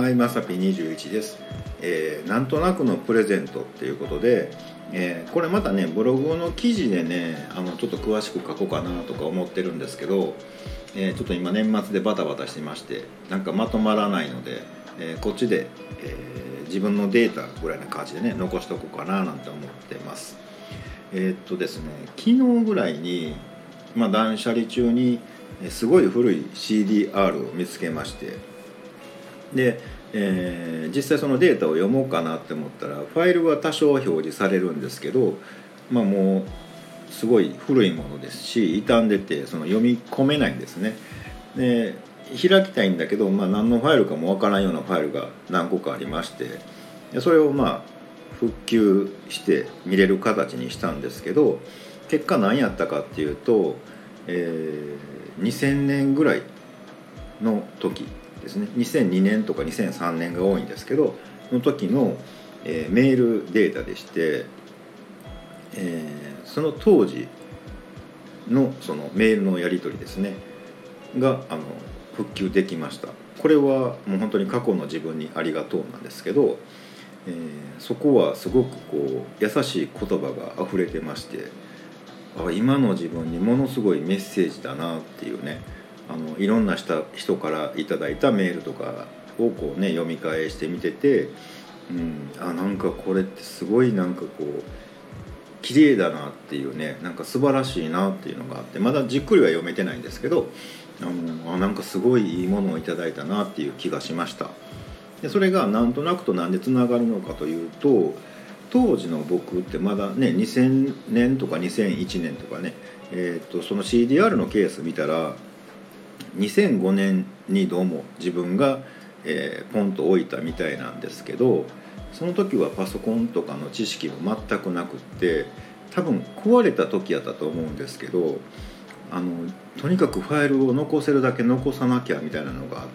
はい、まさぴ21です。なんとなくのプレゼントっていうことで、これまたねブログの記事でねちょっと詳しく書こうかなとか思ってるんですけど、ちょっと今年末でバタバタしてましてなんかまとまらないので、こっちで、自分のデータぐらいな感じでね残しとこうかななんて思ってます。ですね、昨日ぐらいに、断捨離中にすごい古い CDR を見つけまして、で、実際そのデータを読もうかなって思ったらファイルは多少表示されるんですけど、もうすごい古いものですし傷んでてその読み込めないんですね。で開きたいんだけど、何のファイルかもわからんようなファイルが何個かありまして、それを復旧して見れる形にしたんですけど、結果何やったかっていうと、2000年ぐらいの時ですね、2002年とか2003年が多いんですけどの時の、メールデータでして、その当時のそのメールのやり取りですねが復旧できました。これはもう本当に過去の自分にありがとうなんですけど、そこはすごく優しい言葉が溢れてまして、今の自分にものすごいメッセージだなっていうね、いろんな人からいただいたメールとかを読み返してみてて、なんかこれってすごい綺麗だなっていうね、なんか素晴らしいなっていうのがあって、まだじっくりは読めてないんですけど、なんかすごいいいものをいただいたなっていう気がしました。でそれがなんとなくとなんでつながるのかというと、当時の僕ってまだね2000年とか2001年とかね、その CDR のケース見たら2005年にどうも自分が、ポンと置いたみたいなんですけど、その時はパソコンとかの知識も全くなくって、多分壊れた時やったと思うんですけど、とにかくファイルを残せるだけ残さなきゃみたいなのがあって、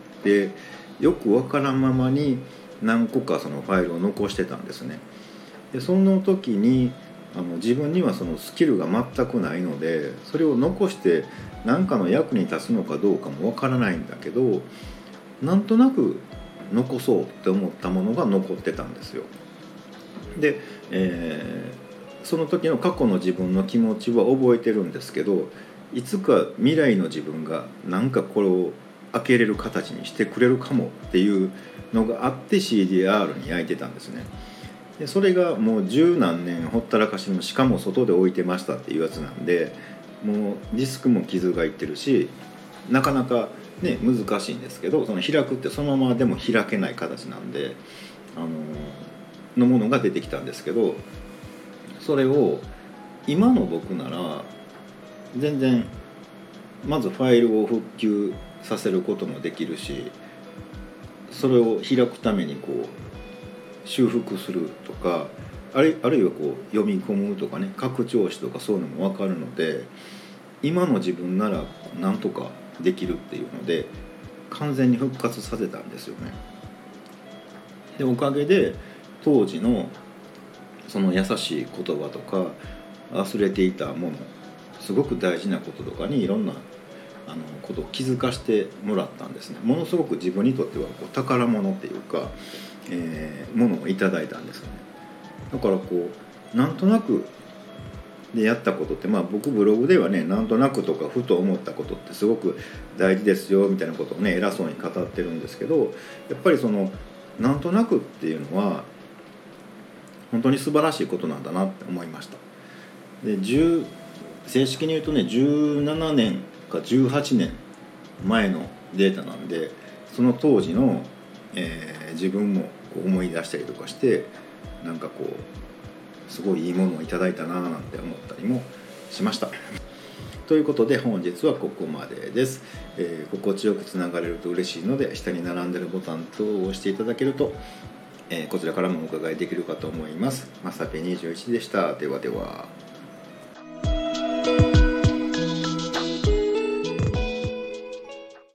よくわからんままに何個かそのファイルを残してたんですね。でその時に自分にはそのスキルが全くないので、それを残して何かの役に立つのかどうかもわからないんだけど、なんとなく残そうって思ったものが残ってたんですよ。で、その時の過去の自分の気持ちは覚えてるんですけど、いつか未来の自分がなんかこれを開けれる形にしてくれるかもっていうのがあって CDR に焼いてたんですね。でそれがもう十何年ほったらかしの、しかも外で置いてましたっていうやつなんで、もうディスクも傷がいってるし、なかなかね難しいんですけど、その開くってそのままでも開けない形なんで、のものが出てきたんですけど、それを今の僕なら全然まずファイルを復旧させることもできるし、それを開くために修復するとか、あるいは読み込むとかね、拡張子とかそういうのも分かるので、今の自分ならなんとかできるっていうので完全に復活させたんですよね。でおかげで当時のその優しい言葉とか忘れていたもの、すごく大事なこととかにいろんなことを気づかせてもらったんですね。ものすごく自分にとっては宝物っていうか、ものをいただいたんですよね。だからなんとなくでやったことって、僕ブログではね、なんとなくとかふと思ったことってすごく大事ですよみたいなことをね偉そうに語ってるんですけど、やっぱりそのなんとなくっていうのは本当に素晴らしいことなんだなって思いました。で正式に言うとね、17年か18年前のデータなんで、その当時の、自分も思い出したりとかして、なんかすごいいいものをいただいたななんて思ったりもしました。ということで本日はここまでです。心地よくつながれると嬉しいので、下に並んでるボタン等を押していただけると、こちらからもお伺いできるかと思います。まさぴ21でした。ではでは。